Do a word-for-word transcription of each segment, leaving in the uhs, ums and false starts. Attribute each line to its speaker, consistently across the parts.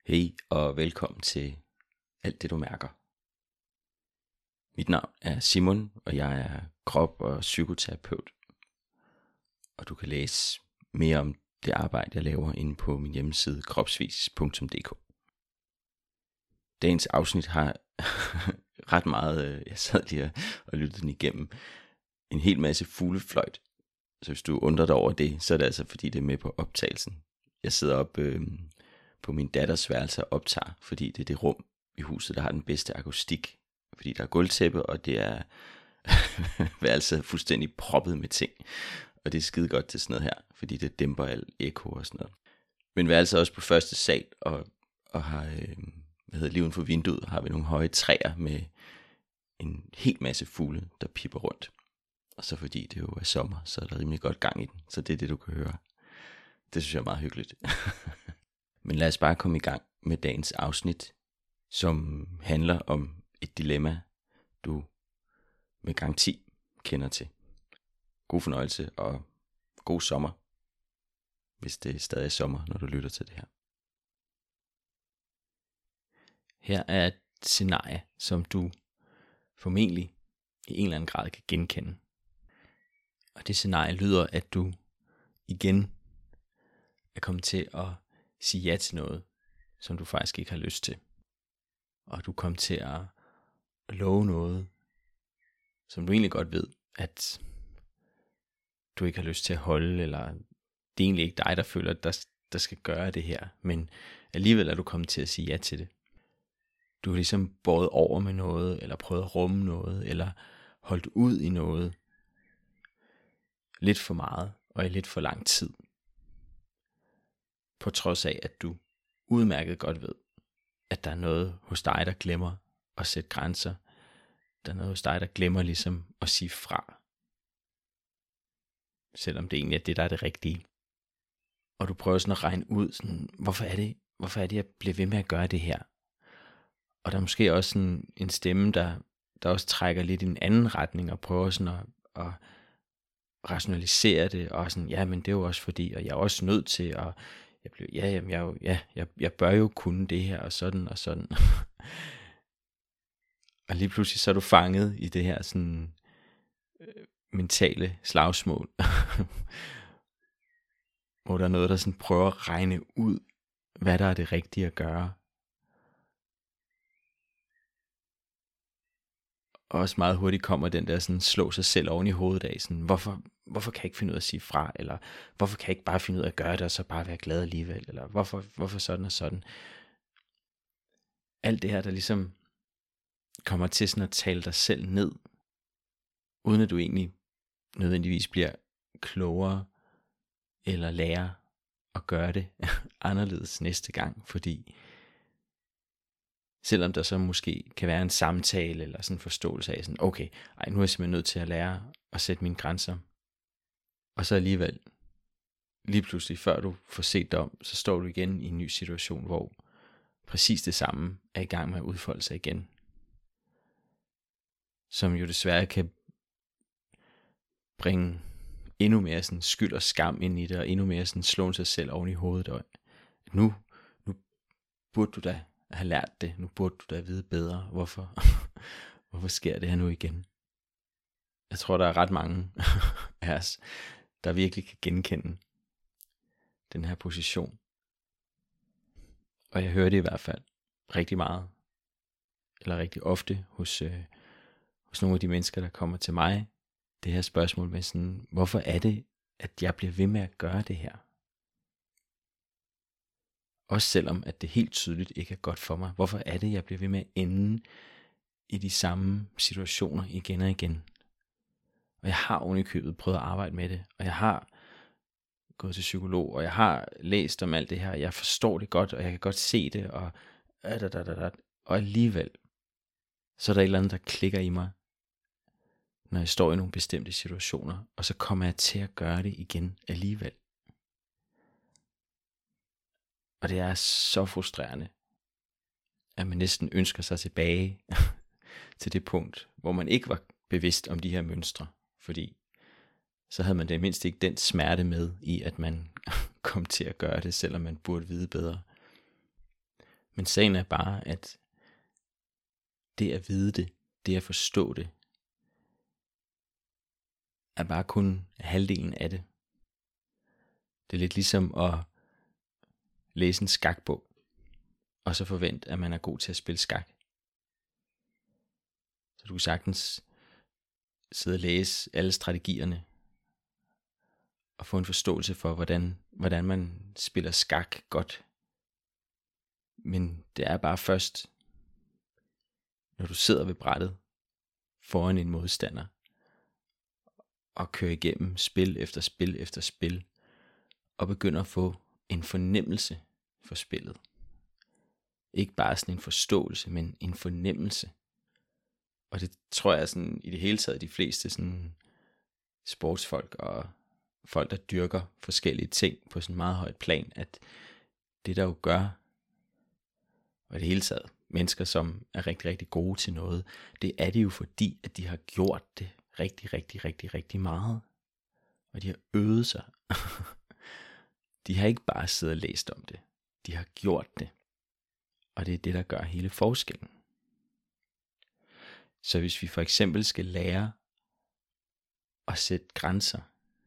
Speaker 1: Hej og velkommen til Alt det du mærker. Mit navn er Simon, og jeg er krop- og psykoterapeut. Og du kan læse mere om det arbejde, jeg laver inde på min hjemmeside kropsvis punktum d k. Dagens afsnit har ret meget, jeg sad lige og lyttede den igennem, en hel masse fuglefløjt. Så hvis du undrer dig over det, så er det altså fordi det er med på optagelsen. Jeg sidder op øh, på min datters værelse og optager, fordi det er det rum i huset, der har den bedste akustik. Fordi der er gulvtæppe, og det er værelset fuldstændig proppet med ting. Og det er skide godt til sådan noget her, fordi det dæmper al ekko og sådan noget. Men værelset er også på første sal, og, og har, øh, hvad hedder, lige uden for vinduet har vi nogle høje træer med en hel masse fugle, der pipper rundt. Og så fordi det jo er sommer, så er der rimelig godt gang i den. Så det er det, du kan høre. Det synes jeg er meget hyggeligt. Men lad os bare komme i gang med dagens afsnit, som handler om et dilemma, du med garanti kender til. God fornøjelse og god sommer, hvis det stadig er sommer, når du lytter til det her. Her er et scenarie, som du formentlig i en eller anden grad kan genkende. Og det scenarie lyder, at du igen er kommet til at sige ja til noget, som du faktisk ikke har lyst til. Og du kommer til at love noget, som du egentlig godt ved, at du ikke har lyst til at holde, eller det er egentlig ikke dig, der føler, at der, der skal gøre det her, men alligevel er du kommet til at sige ja til det. Du har ligesom båret over med noget, eller prøvet at rumme noget, eller holdt ud i noget lidt for meget, og i lidt for lang tid. På trods af, at du udmærket godt ved, at der er noget hos dig, der glemmer at sætte grænser. Der er noget hos dig, der glemmer ligesom at sige fra. Selvom det egentlig er det, der er det rigtige. Og du prøver sådan at regne ud, sådan, hvorfor er det, hvorfor er det, jeg bliver ved med at gøre det her? Og der er måske også sådan en stemme, der, der også trækker lidt i en anden retning, og prøver sådan at, at rationalisere det, og sådan, ja, men det er jo også fordi, og jeg er også nødt til at, jeg bliver, ja, jamen, jeg, er jo, ja jeg, jeg bør jo kunne det her, og sådan, og sådan. Og lige pludselig så er du fanget i det her sådan øh, mentale slagsmål, hvor der er noget, der sådan prøver at regne ud, hvad der er det rigtige at gøre. Og også meget hurtigt kommer den der sådan slå sig selv oven i hovedet af, sådan, hvorfor, hvorfor kan jeg ikke finde ud af at sige fra, eller hvorfor kan jeg ikke bare finde ud af at gøre det, og så bare være glad alligevel, eller hvorfor, hvorfor sådan og sådan. Alt det her, der ligesom kommer til sådan at tale dig selv ned, uden at du egentlig nødvendigvis bliver klogere, eller lærer at gøre det anderledes næste gang, fordi selvom der så måske kan være en samtale, eller sådan en forståelse af sådan, okay, ej, nu er jeg simpelthen nødt til at lære at sætte mine grænser, og så alligevel, lige pludselig, før du får set dig om, så står du igen i en ny situation, hvor præcis det samme er i gang med at udfolde sig igen, som jo desværre kan bringe endnu mere sådan skyld og skam ind i det, og endnu mere sådan slå sig selv oven i hovedet, og nu, nu burde du da have lært det, nu burde du da vide bedre, hvorfor, hvorfor sker det her nu igen. Jeg tror, der er ret mange af os, der virkelig kan genkende den her position. Og jeg hører det i hvert fald rigtig meget, eller rigtig ofte hos, øh, hos nogle af de mennesker, der kommer til mig, det her spørgsmål med sådan, hvorfor er det, at jeg bliver ved med at gøre det her? Også selvom, at det helt tydeligt ikke er godt for mig. Hvorfor er det, jeg bliver ved med at ende i de samme situationer igen og igen? Og jeg har oven i købet prøvet at arbejde med det, og jeg har gået til psykolog, og jeg har læst om alt det her, jeg forstår det godt, og jeg kan godt se det, og, og alligevel, så er der et eller andet, der klikker i mig, når jeg står i nogle bestemte situationer, og så kommer jeg til at gøre det igen alligevel. Og det er så frustrerende, at man næsten ønsker sig tilbage til det punkt, hvor man ikke var bevidst om de her mønstre, fordi så havde man det mindst ikke den smerte med i, at man kom til at gøre det, selvom man burde vide bedre. Men sagen er bare, at det at vide det, det at forstå det, er bare kun halvdelen af det. Det er lidt ligesom at læse en skakbog, og så forvente, at man er god til at spille skak. Så du kan sagtens sidde og læse alle strategierne, og få en forståelse for, hvordan, hvordan man spiller skak godt. Men det er bare først, når du sidder ved brættet foran en modstander, og kører igennem spil efter spil efter spil, og begynder at få en fornemmelse for spillet. Ikke bare sådan en forståelse, men en fornemmelse. Og det tror jeg sådan i det hele taget, de fleste sådan sportsfolk og folk, der dyrker forskellige ting på sådan meget højt plan, at det der jo gør, og i det hele taget, mennesker som er rigtig, rigtig gode til noget, det er det jo fordi, at de har gjort det rigtig, rigtig, rigtig, rigtig meget. Og de har øvet sig. De har ikke bare siddet og læst om det. De har gjort det. Og det er det, der gør hele forskellen. Så hvis vi for eksempel skal lære at sætte grænser,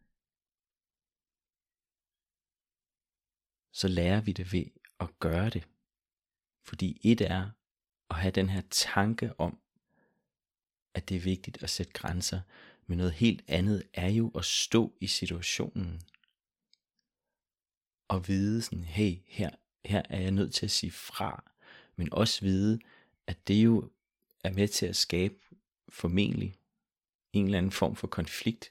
Speaker 1: så lærer vi det ved at gøre det. Fordi et er at have den her tanke om, at det er vigtigt at sætte grænser, men noget helt andet er jo at stå i situationen og vide sådan, hey, her, her er jeg nødt til at sige fra, men også vide, at det jo er med til at skabe formentlig en eller anden form for konflikt,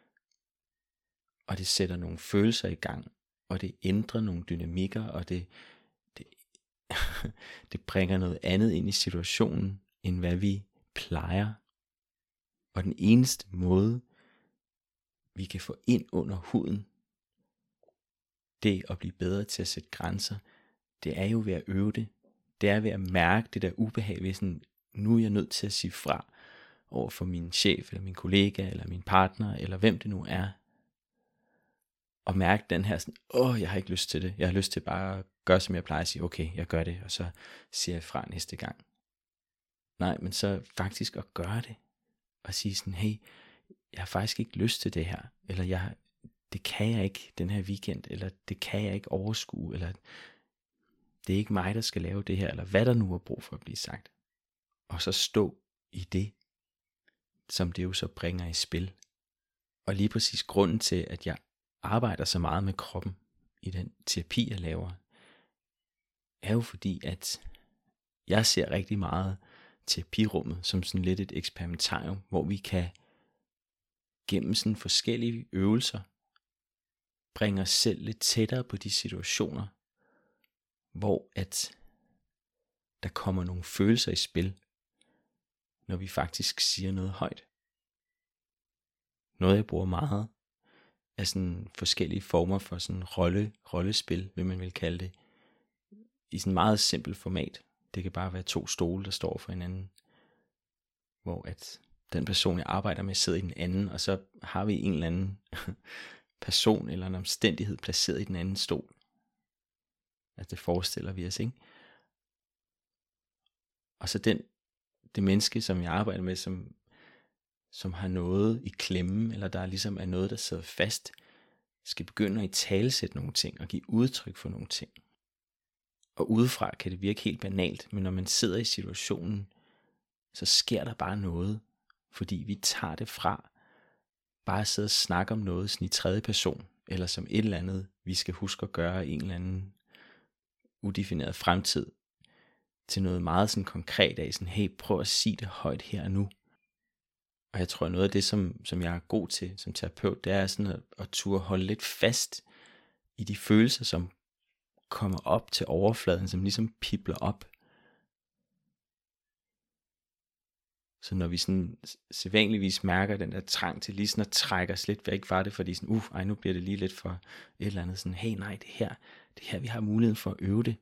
Speaker 1: og det sætter nogle følelser i gang, og det ændrer nogle dynamikker, og det, det, det bringer noget andet ind i situationen, end hvad vi plejer. Og den eneste måde, vi kan få ind under huden, det at blive bedre til at sætte grænser, det er jo ved at øve det. Det er ved at mærke det der ubehag ved sådan, nu er jeg nødt til at sige fra over for min chef, eller min kollega, eller min partner, eller hvem det nu er. Og mærke den her sådan, åh, jeg har ikke lyst til det. Jeg har lyst til bare at gøre, som jeg plejer at sige, okay, jeg gør det, og så siger jeg fra næste gang. Nej, men så faktisk at gøre det, og sige sådan, hey, jeg har faktisk ikke lyst til det her, eller jeg, det kan jeg ikke den her weekend, eller det kan jeg ikke overskue, eller det er ikke mig, der skal lave det her, eller hvad der nu er brug for at blive sagt. Og så stå i det, som det jo så bringer i spil. Og lige præcis grunden til, at jeg arbejder så meget med kroppen i den terapi, jeg laver, er jo fordi, at jeg ser rigtig meget terapirummet som sådan lidt et eksperimentarium, hvor vi kan gennem sådan forskellige øvelser bringe os selv lidt tættere på de situationer, hvor at der kommer nogle følelser i spil, når vi faktisk siger noget højt. Noget jeg bruger meget er sådan forskellige former for sådan rolle, rollespil, vil man vil kalde det, i sådan meget simpelt format. Det kan bare være to stole, der står for hinanden, hvor at den person, jeg arbejder med, sidder i den anden, og så har vi en eller anden person eller en omstændighed placeret i den anden stol. Altså det forestiller vi os, ikke? Og så den, det menneske, som jeg arbejder med, som, som har noget i klemme, eller der ligesom er noget, der sidder fast, skal begynde at italesætte nogle ting, og give udtryk for nogle ting. Og udefra kan det virke helt banalt, men når man sidder i situationen, så sker der bare noget, fordi vi tager det fra, bare at sidde og snakke om noget sådan i tredje person, eller som et eller andet, vi skal huske at gøre i en eller anden udefineret fremtid, til noget meget sådan konkret af, sådan, hey, prøv at sige det højt her og nu. Og jeg tror, noget af det, som, som jeg er god til som terapeut, det er sådan at, at turde holde lidt fast i de følelser, som kommer op til overfladen, som ligesom pibler op. Så når vi sådan sædvanligvis mærker den der trang til lige sådan at trække os lidt væk fra det, fordi sådan, uh, ej, nu bliver det lige lidt for et eller andet sådan, hey, nej, det her, det her, vi har muligheden for at øve det.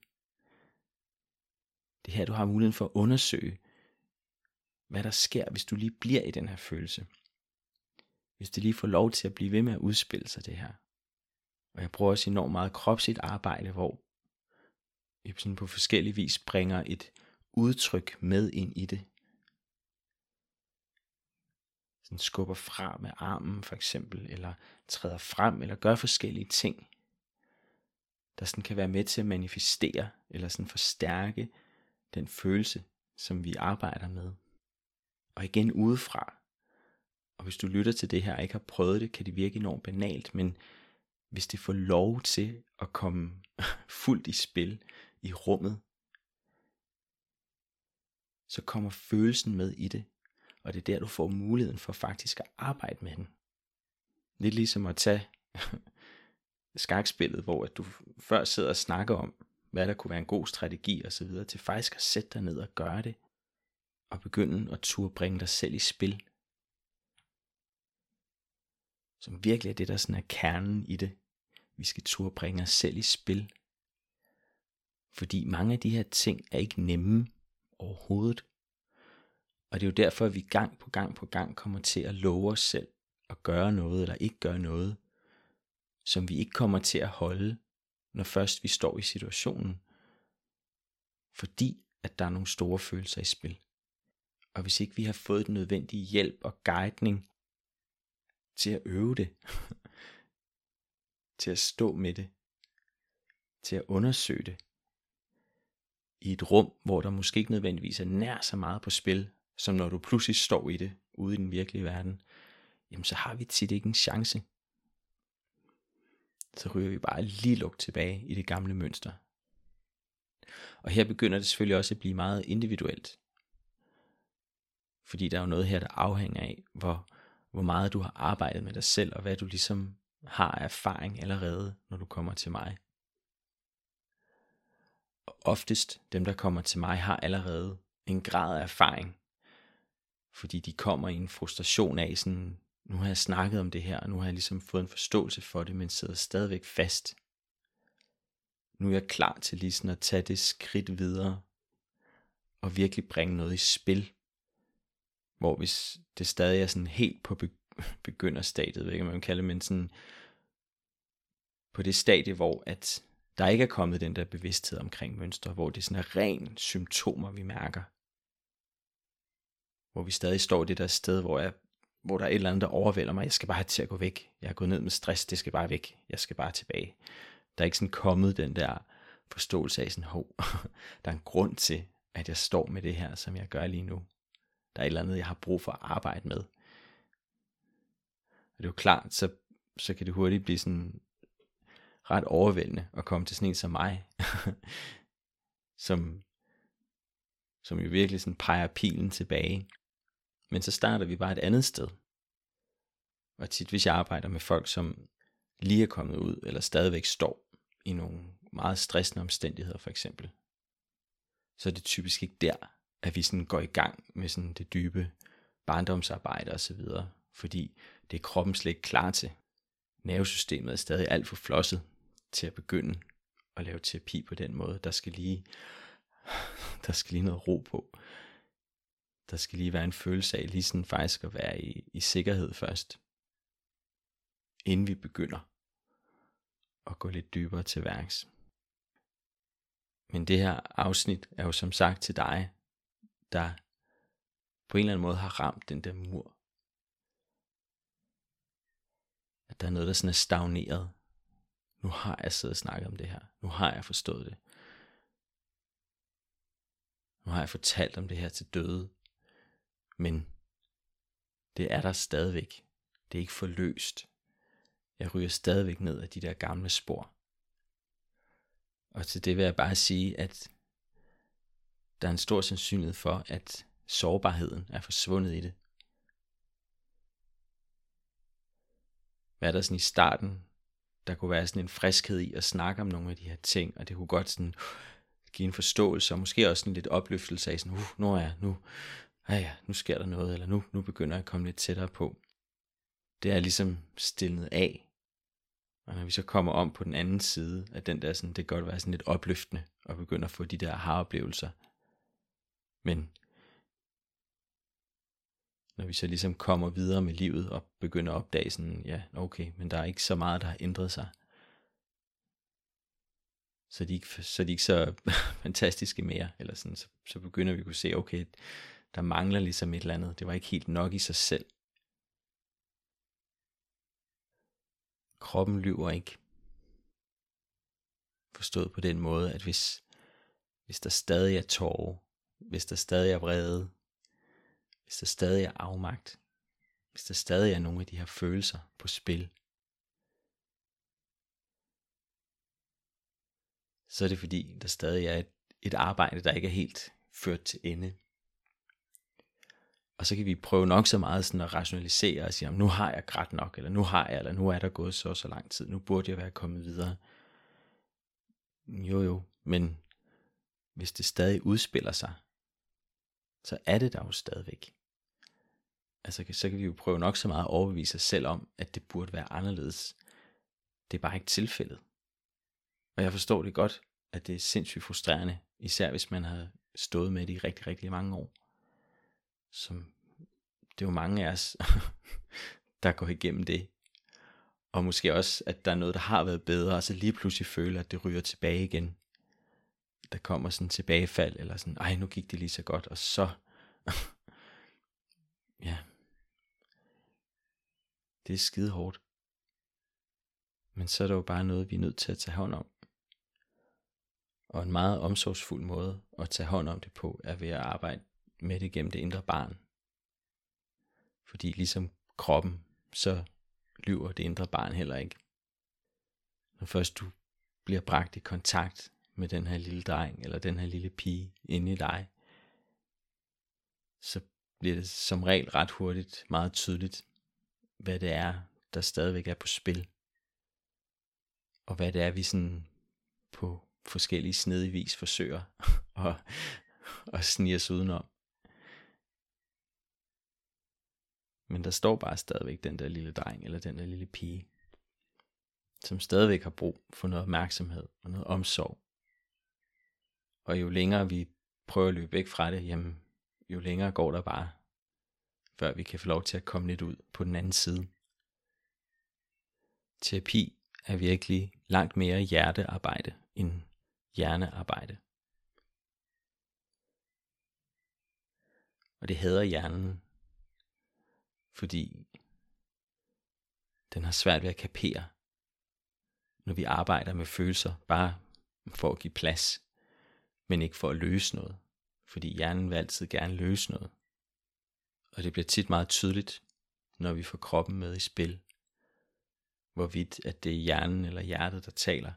Speaker 1: Det her, du har muligheden for at undersøge, hvad der sker, hvis du lige bliver i den her følelse. Hvis det lige får lov til at blive ved med at udspille sig det her. Og jeg bruger også enormt meget kropsligt arbejde, hvor vi sådan på forskellige vis bringer et udtryk med ind i det. Sådan skubber fra med armen for eksempel, eller træder frem, eller gør forskellige ting, der sådan kan være med til at manifestere, eller sådan forstærke den følelse, som vi arbejder med. Og igen udefra. Og hvis du lytter til det her og ikke har prøvet det, kan det virke enormt banalt, men hvis det får lov til at komme fuldt i spil i rummet, så kommer følelsen med i det, og det er der, du får muligheden for faktisk at arbejde med den. Lidt ligesom at tage skakspillet, hvor at du før sidder og snakker om, hvad der kunne være en god strategi og så videre, til faktisk at sætte dig ned og gøre det, og begynde at turde bringe dig selv i spil. Som virkelig er det, der sådan er kernen i det. Vi skal turde bringe os selv i spil. Fordi mange af de her ting er ikke nemme overhovedet. Og det er jo derfor, at vi gang på gang på gang kommer til at love os selv at gøre noget eller ikke gøre noget, som vi ikke kommer til at holde, når først vi står i situationen. Fordi at der er nogle store følelser i spil. Og hvis ikke vi har fået den nødvendige hjælp og guidning til at øve det, til at stå med det, til at undersøge det, i et rum, hvor der måske ikke nødvendigvis er nær så meget på spil, som når du pludselig står i det, ude i den virkelige verden, jamen så har vi tit ikke en chance. Så ryger vi bare lige lugt tilbage i det gamle mønster. Og her begynder det selvfølgelig også at blive meget individuelt. Fordi der er jo noget her, der afhænger af, hvor, hvor meget du har arbejdet med dig selv, og hvad du ligesom har af erfaring allerede, når du kommer til mig. Og oftest, dem der kommer til mig, har allerede en grad af erfaring. Fordi de kommer i en frustration af sådan, nu har jeg snakket om det her, og nu har jeg ligesom fået en forståelse for det, men sidder stadigvæk fast. Nu er jeg klar til lige sådan at tage det skridt videre, og virkelig bringe noget i spil. Hvor hvis det stadig er sådan helt på begynderstadiet, ved ikke, man kan kalde det, men sådan på det stadie, hvor at der ikke er kommet den der bevidsthed omkring mønstre, hvor det sådan er ren symptomer, vi mærker. Hvor vi stadig står det der sted, hvor, jeg, hvor der er et eller andet, der overvælder mig. Jeg skal bare have til at gå væk. Jeg er gået ned med stress, det skal bare væk. Jeg skal bare tilbage. Der er ikke sådan kommet den der forståelse af sådan, hov, der er en grund til, at jeg står med det her, som jeg gør lige nu. Der er et eller andet, jeg har brug for at arbejde med. Og det er jo klart, så, så kan det hurtigt blive sådan ret overvældende at komme til sådan en som mig, som, som jo virkelig sådan peger pilen tilbage. Men så starter vi bare et andet sted. Og tit hvis jeg arbejder med folk, som lige er kommet ud, eller stadigvæk står i nogle meget stressende omstændigheder for eksempel, så er det typisk ikke der, at vi sådan går i gang med sådan det dybe barndomsarbejde og så videre, fordi det er kroppen slet ikke klar til. Nervesystemet er stadig alt for flosset til at begynde at lave terapi på den måde. Der skal lige, der skal lige noget ro på. Der skal lige være en følelse af lige sådan faktisk at være i, i sikkerhed først, inden vi begynder at gå lidt dybere til værks. Men det her afsnit er jo som sagt til dig, der på en eller anden måde har ramt den der mur. At der er noget, der sådan er stagneret. Nu har jeg siddet og snakket om det her. Nu har jeg forstået det. Nu har jeg fortalt om det her til døde. Men det er der stadigvæk. Det er ikke forløst. Jeg ryger stadigvæk ned af de der gamle spor. Og til det vil jeg bare sige, at der er en stor sandsynlighed for, at sårbarheden er forsvundet i det. Hvad er der sådan i starten? Der kunne være sådan en friskhed i at snakke om nogle af de her ting, og det kunne godt sådan give en forståelse, og måske også en lidt opløftelse af sådan, uh, nu er jeg, nu, ah ja, nu sker der noget, eller nu, nu begynder jeg at komme lidt tættere på. Det er ligesom stillet af. Og når vi så kommer om på den anden side af den der, sådan, det kan godt være sådan lidt opløftende, og begynder at få de der aha-oplevelser. Men når vi så ligesom kommer videre med livet, og begynder at opdage sådan, ja, okay, men der er ikke så meget, der har ændret sig, så de ikke, så de ikke så fantastiske mere, eller sådan, så, så begynder vi at kunne se, okay, der mangler ligesom et eller andet, det var ikke helt nok i sig selv. Kroppen lyver ikke. Forstået på den måde, at hvis, hvis der stadig er tårer, hvis der stadig er vrede, hvis der stadig er afmagt, hvis der stadig er nogle af de her følelser på spil, så er det fordi, der stadig er et, et arbejde, der ikke er helt ført til ende. Og så kan vi prøve nok så meget sådan at rationalisere og sige, nu har jeg grædt nok, eller nu har jeg, eller nu er der gået så så lang tid, nu burde jeg være kommet videre. Jo jo, men hvis det stadig udspiller sig, så er det der jo stadigvæk. Altså så kan vi jo prøve nok så meget at overbevise os selv om, at det burde være anderledes. Det er bare ikke tilfældet. Og jeg forstår det godt, at det er sindssygt frustrerende, især hvis man har stået med det i rigtig, rigtig mange år. Som det er jo mange af os, der går igennem det. Og måske også, at der er noget, der har været bedre, og så lige pludselig føler, at det ryger tilbage igen. Der kommer sådan en tilbagefald, eller sådan, ej, nu gik det lige så godt, og så, ja, det er skide hårdt. Men så er der jo bare noget, vi er nødt til at tage hånd om. Og en meget omsorgsfuld måde at tage hånd om det på, er ved at arbejde med det gennem det indre barn. Fordi ligesom kroppen, så lyver det indre barn heller ikke. Når først du bliver bragt i kontakt med den her lille dreng, eller den her lille pige inde i dig, så bliver det som regel ret hurtigt meget tydeligt, hvad det er, der stadigvæk er på spil. Og hvad det er, vi sådan på forskellige snedige vis forsøger at, at snige os udenom. Men der står bare stadigvæk den der lille dreng, eller den der lille pige, som stadigvæk har brug for noget opmærksomhed og noget omsorg. Og jo længere vi prøver at løbe væk fra det, jamen, jo længere går der bare, før vi kan få lov til at komme lidt ud på den anden side. Terapi er virkelig langt mere hjertearbejde end hjernearbejde. Og det hader hjernen, fordi den har svært ved at kapere, når vi arbejder med følelser, bare for at give plads, men ikke for at løse noget. Fordi hjernen vil altid gerne løse noget. Og det bliver tit meget tydeligt, når vi får kroppen med i spil, hvorvidt at det er hjernen eller hjertet, der taler.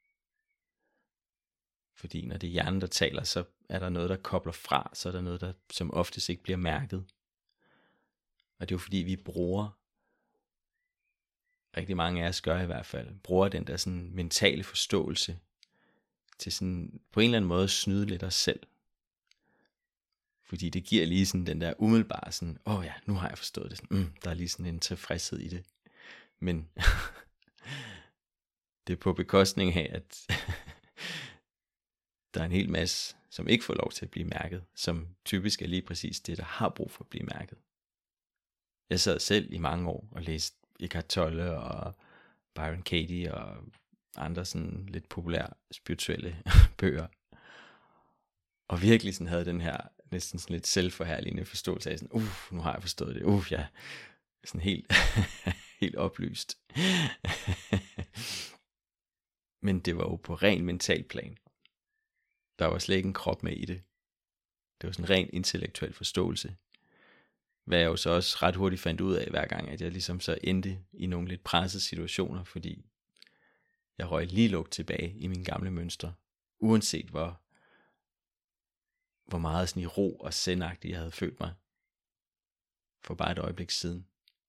Speaker 1: Fordi når det er hjernen, der taler, så er der noget, der kobler fra, så er der noget, der som oftest ikke bliver mærket. Og det er jo fordi, vi bruger, rigtig mange af os gør i hvert fald, bruger den der sådan mentale forståelse til sådan på en eller anden måde at snyde lidt os selv. Fordi det giver lige sådan den der umiddelbare sådan, åh oh ja, nu har jeg forstået det. Mm, der er lige sådan en tilfredshed i det. Men det er på bekostning af, at der er en hel masse, som ikke får lov til at blive mærket, som typisk er lige præcis det, der har brug for at blive mærket. Jeg sad selv i mange år og læste Eckhart Tolle og Byron Katie og andre sådan lidt populære spirituelle bøger. Og virkelig sådan havde den her næsten sådan lidt selvforherligende forståelse af sådan, uh, nu har jeg forstået det, uh, ja, sådan helt, helt oplyst. Men det var jo på ren mental plan. Der var slet ikke en krop med i det. Det var sådan en ren intellektuel forståelse. Hvad jeg jo så også ret hurtigt fandt ud af hver gang, at jeg ligesom så endte i nogle lidt pressede situationer, fordi jeg røg lige lugt tilbage i mine gamle mønstre, uanset hvor, hvor meget sådan i ro og sendagtig jeg havde følt mig for bare et øjeblik siden.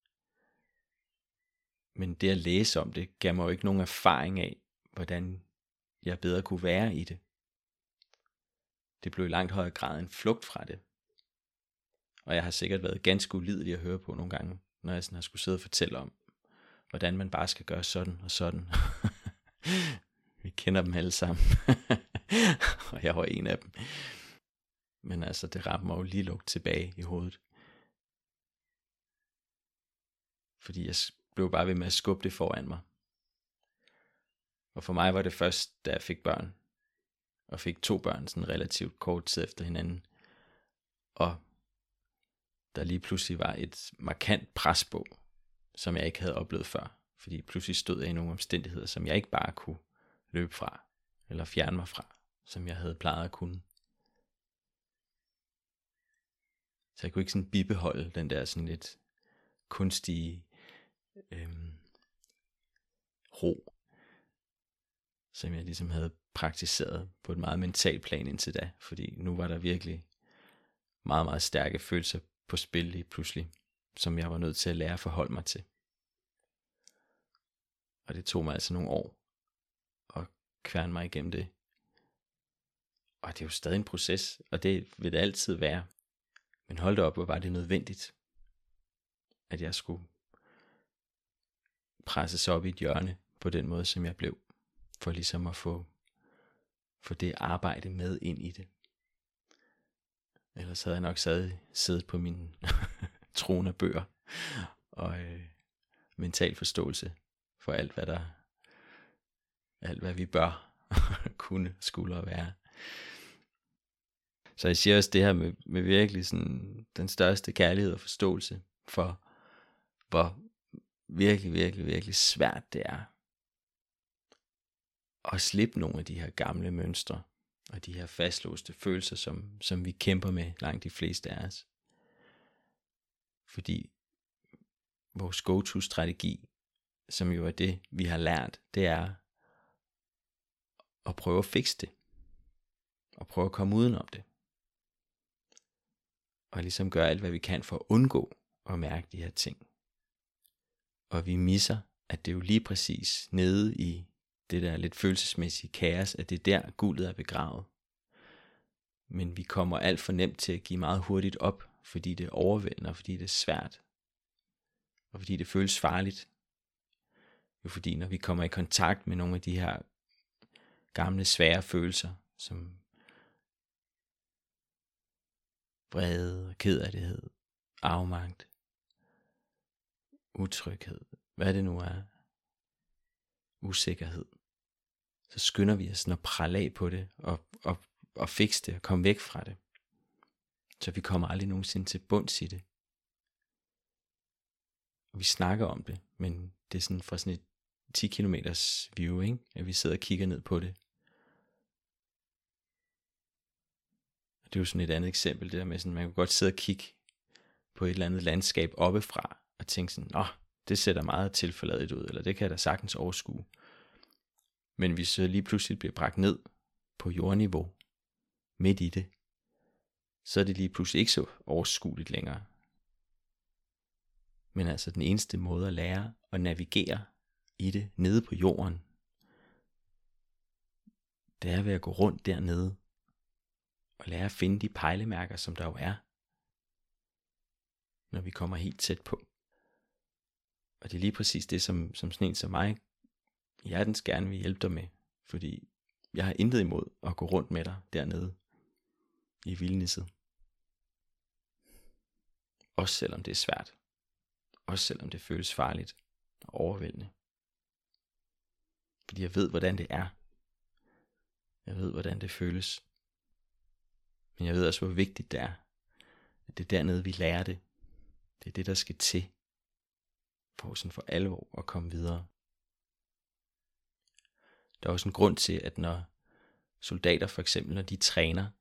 Speaker 1: Men det at læse om det, gav mig jo ikke nogen erfaring af, hvordan jeg bedre kunne være i det. Det blev i langt højere grad en flugt fra det. Og jeg har sikkert været ganske ulidelig at høre på nogle gange, når jeg sådan har skulle sidde og fortælle om, hvordan man bare skal gøre sådan og sådan. Vi kender dem alle sammen. Og jeg var en af dem. Men altså, det ramte mig jo lige lugt tilbage i hovedet. Fordi jeg blev bare ved med at skubbe det foran mig. Og for mig var det først, da jeg fik børn, og fik to børn sådan relativt kort tid efter hinanden, og der lige pludselig var et markant pres på, som jeg ikke havde oplevet før, fordi pludselig stod jeg i nogle omstændigheder, som jeg ikke bare kunne løbe fra, eller fjerne mig fra, som jeg havde plejet at kunne. Så jeg kunne ikke sådan bibeholde den der sådan lidt kunstige øhm, ro, som jeg ligesom havde praktiseret på et meget mentalt plan indtil da, fordi nu var der virkelig meget, meget stærke følelser på spil lige pludselig, som jeg var nødt til at lære at forholde mig til. Og det tog mig altså nogle år at kværne mig igennem det. Og det er jo stadig en proces, og det vil det altid være. Men hold da op, hvor var det nødvendigt, at jeg skulle presses op i et hjørne på den måde, som jeg blev, for ligesom at få, få det arbejde med ind i det. Ellers havde jeg nok stadig siddet på min trone af bøger og øh, mental forståelse for alt, hvad der, alt hvad vi bør kunne, skulle og være. Så jeg siger også det her med, med virkelig sådan den største kærlighed og forståelse for, hvor virkelig, virkelig, virkelig svært det er at slippe nogle af de her gamle mønstre og de her fastlåste følelser, som, som vi kæmper med langt de fleste af os. Fordi vores go-to-strategi, som jo er det, vi har lært, det er at prøve at fikse det. Og prøve at komme udenom det. Og ligesom gøre alt, hvad vi kan for at undgå at mærke de her ting. Og vi misser, at det er jo lige præcis nede i det der lidt følelsesmæssige kaos, at det er der guldet er begravet. Men vi kommer alt for nemt til at give meget hurtigt op, fordi det er overvældende, og fordi det er svært. Og fordi det føles farligt. Jo fordi når vi kommer i kontakt med nogle af de her gamle svære følelser, som vrede, kederlighed, afmagt, utryghed, hvad det nu er, usikkerhed, så skynder vi os at prale af på det, og, og, og fikse det, og komme væk fra det. Så vi kommer aldrig nogensinde til bunds i det. Og vi snakker om det, men det er sådan fra sådan et ti kilometers view, ikke? At vi sidder og kigger ned på det. Og det er jo sådan et andet eksempel, det der med sådan, man kan godt sidde og kigge på et eller andet landskab oppefra, og tænke sådan, nå, det ser da meget tilforladeligt ud, eller det kan jeg da sagtens overskue. Men hvis så lige pludselig bliver bragt ned på jordniveau, midt i det, så er det lige pludselig ikke så overskueligt længere. Men altså den eneste måde at lære at navigere i det nede på jorden, det er ved at gå rundt dernede og lære at finde de pejlemærker, som der jo er, når vi kommer helt tæt på. Og det er lige præcis det, som, som sådan en som mig hjertens gerne vil hjælpe dig med, fordi jeg har intet imod at gå rundt med dig dernede i vildnisset. Også selvom det er svært. Også selvom det føles farligt og overvældende. Fordi jeg ved, hvordan det er. Jeg ved, hvordan det føles. Men jeg ved også, hvor vigtigt det er. At det er dernede, vi lærer det. Det er det, der skal til. For sådan for alvor at komme videre. Der er også en grund til, at når soldater for eksempel, når de træner,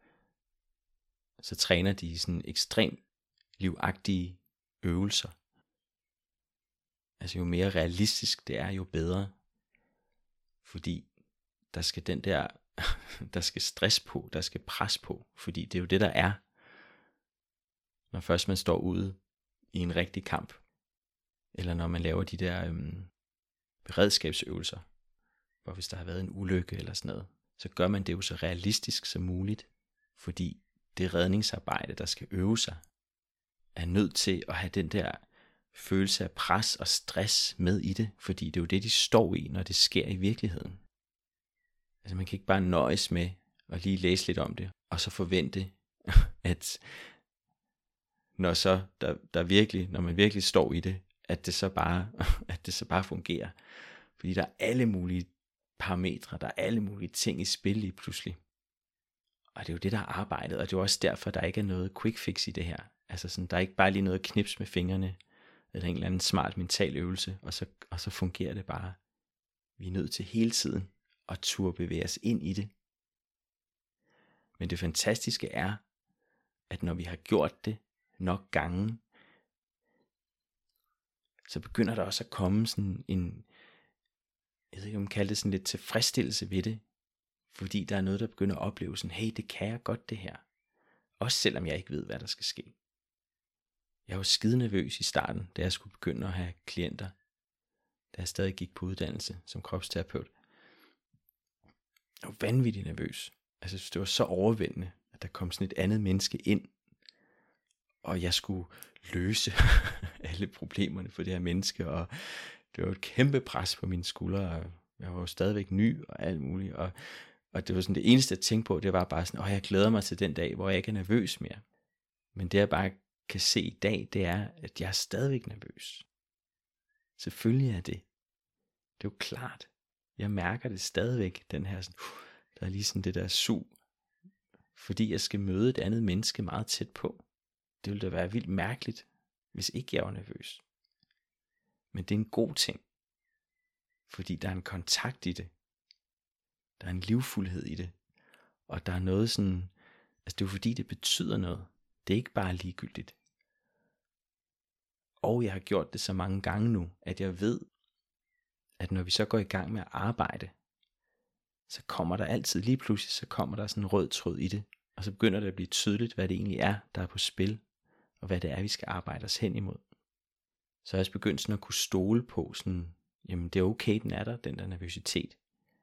Speaker 1: så træner de sådan ekstremt livagtige øvelser. Altså jo mere realistisk det er, jo bedre. Fordi der skal den der, der skal stress på, der skal pres på. Fordi det er jo det, der er, når først man står ude i en rigtig kamp. Eller når man laver de der øhm, beredskabsøvelser. Hvor hvis der har været en ulykke eller sådan noget, så gør man det jo så realistisk som muligt. Fordi det redningsarbejde, der skal øve sig, er nødt til at have den der følelse af pres og stress med i det. Fordi det er jo det, de står i, når det sker i virkeligheden. Altså man kan ikke bare nøjes med at lige læse lidt om det, og så forvente, at når så der, der virkelig, når man virkelig står i det, at det så bare, at det så bare fungerer. Fordi der er alle mulige parametre, der er alle mulige ting i spil lige pludselig. Og det er jo det, der er arbejdet, og det er også derfor, der ikke er noget quick fix i det her. Altså sådan, der er ikke bare lige noget knips med fingrene, eller en eller anden smart mental øvelse, og så, og så fungerer det bare. Vi er nødt til hele tiden at turde bevæge os ind i det. Men det fantastiske er, at når vi har gjort det nok gange, så begynder der også at komme sådan en, jeg ved ikke om man kalder det sådan lidt tilfredsstillelse ved det, fordi der er noget, der begynder at opleve sådan, hey, det kan jeg godt det her. Også selvom jeg ikke ved, hvad der skal ske. Jeg var skide nervøs i starten, da jeg skulle begynde at have klienter, da jeg stadig gik på uddannelse som kropsterapeut. Jeg var vanvittigt nervøs. Altså, det var så overvældende, at der kom sådan et andet menneske ind, og jeg skulle løse alle problemerne for det her menneske, og det var et kæmpe pres på mine skuldre, og jeg var jo stadigvæk ny og alt muligt, og, og det var sådan det eneste, jeg tænkte på, det var bare sådan, åh, jeg glæder mig til den dag, hvor jeg ikke er nervøs mere. Men det jeg bare kan se i dag, det er, at jeg er stadigvæk nervøs. Selvfølgelig er det. Det er jo klart. Jeg mærker det stadigvæk, den her sådan, uh, der er lige sådan det der sug, fordi jeg skal møde et andet menneske meget tæt på. Det ville da være vildt mærkeligt, hvis ikke jeg var nervøs. Men det er en god ting, fordi der er en kontakt i det. Der er en livfuldhed i det. Og der er noget sådan, altså det er jo fordi det betyder noget. Det er ikke bare ligegyldigt. Og jeg har gjort det så mange gange nu, at jeg ved, at når vi så går i gang med at arbejde, så kommer der altid, lige pludselig, så kommer der sådan en rød tråd i det. Og så begynder det at blive tydeligt, hvad det egentlig er, der er på spil, og hvad det er, vi skal arbejde os hen imod. Så jeg har også begyndt sådan at kunne stole på, sådan, jamen det er okay, den er der, den der nervøsitet.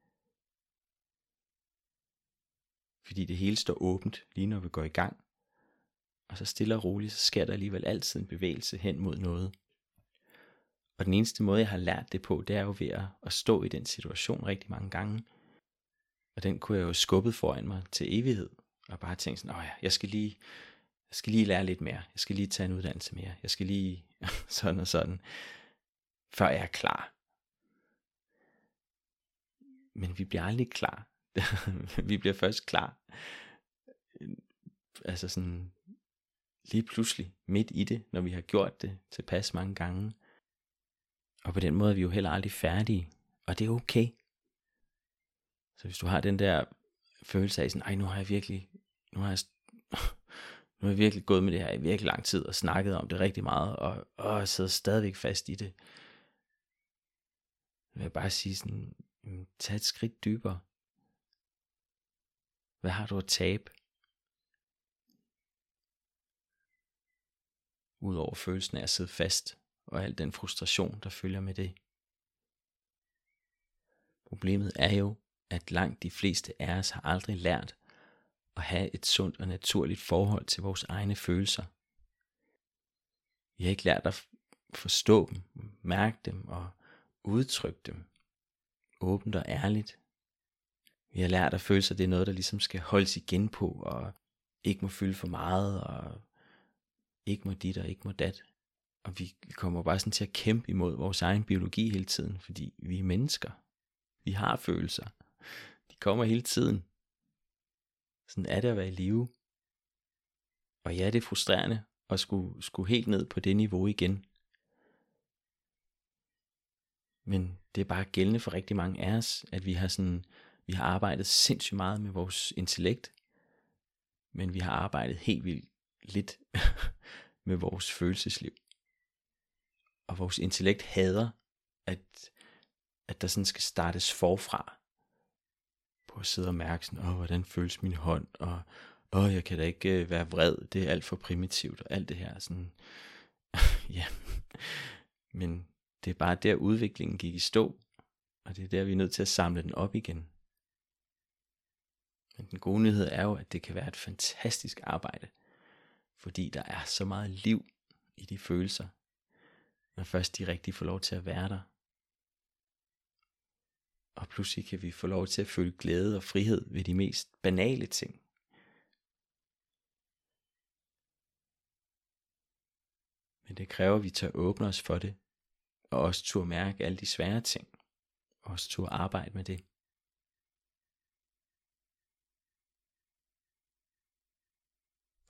Speaker 1: Fordi det hele står åbent, lige når vi går i gang. Og så stille og roligt, så sker der alligevel altid en bevægelse hen mod noget. Og den eneste måde, jeg har lært det på, det er jo ved at, at stå i den situation rigtig mange gange. Og den kunne jeg jo skubbet foran mig til evighed. Og bare tænke sådan, åh ja, jeg skal lige, jeg skal lige lære lidt mere. Jeg skal lige tage en uddannelse mere. Jeg skal lige sådan og sådan, før jeg er klar. Men vi bliver aldrig klar. Vi bliver først klar. Altså sådan lige pludselig midt i det, når vi har gjort det tilpas mange gange. Og på den måde er vi jo heller aldrig færdige. Og det er okay. Så hvis du har den der følelse af sådan, ej nu har jeg virkelig, nu har jeg, nu har jeg virkelig gået med det her i virkelig lang tid, og snakket om det rigtig meget, og, og jeg sidder stadigvæk fast i det. Så vil jeg bare sige sådan, tag et skridt dybere. Hvad har du at tabe? Udover følelsen af at sidde fast, og al den frustration, der følger med det. Problemet er jo, at langt de fleste af os har aldrig lært at have et sundt og naturligt forhold til vores egne følelser. Vi har ikke lært at forstå dem, mærke dem og udtrykke dem åbent og ærligt. Vi har lært at følelser, det er noget, der ligesom skal holdes igen på, og ikke må fylde for meget, og ikke må dit og ikke må dat. Og vi kommer bare sådan til at kæmpe imod vores egen biologi hele tiden, fordi vi er mennesker. Vi har følelser. De kommer hele tiden. Sådan er det at være i live. Og ja, det er frustrerende at skulle, skulle helt ned på det niveau igen. Men det er bare gældende for rigtig mange af os, at vi har sådan, vi har arbejdet sindssygt meget med vores intellekt, men vi har arbejdet helt vildt lidt med vores følelsesliv. Og vores intellekt hader, at, at der sådan skal startes forfra, på at sidde og mærke sådan, åh, hvordan føles min hånd, og åh, jeg kan da ikke være vred, det er alt for primitivt, og alt det her, sådan, ja, men det er bare der udviklingen gik i stå, og det er der vi er nødt til at samle den op igen. Men den gode nyhed er jo, at det kan være et fantastisk arbejde, fordi der er så meget liv i de følelser, når først de rigtig får lov til at være der. Og pludselig kan vi få lov til at føle glæde og frihed ved de mest banale ting. Men det kræver, at vi tør åbne os for det, og også tør mærke alle de svære ting, og også tør arbejde med det.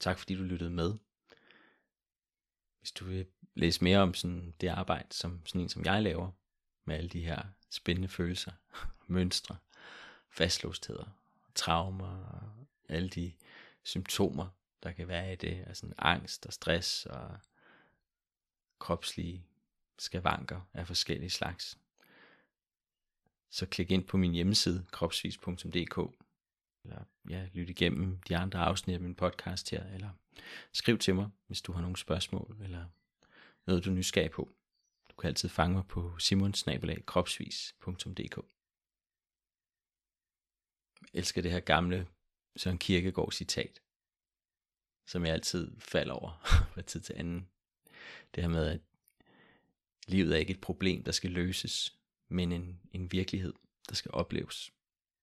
Speaker 1: tak fordi du lyttede med. Hvis du vil læse mere om sådan det arbejde, som sådan en som jeg laver, med alle de her spændende følelser, mønstre, fastlåstheder, traumer og alle de symptomer, der kan være i det, altså angst og stress og kropslige skavanker af forskellige slags, så klik ind på min hjemmeside kropsvis punktum d k, eller ja, lyt igennem de andre afsnit af min podcast her, eller skriv til mig, hvis du har nogle spørgsmål, eller noget du er nysgerrig på. Du kan altid fange mig på simon bindestreg kropsvis punktum d k. Jeg elsker det her gamle Søren Kierkegaard citat, som jeg altid falder over fra tid til anden. Det her med, at livet er ikke et problem, der skal løses, men en, en virkelighed, der skal opleves.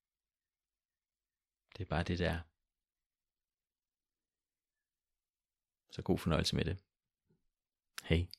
Speaker 1: Det er bare det, der er. Så god fornøjelse med det. Hej.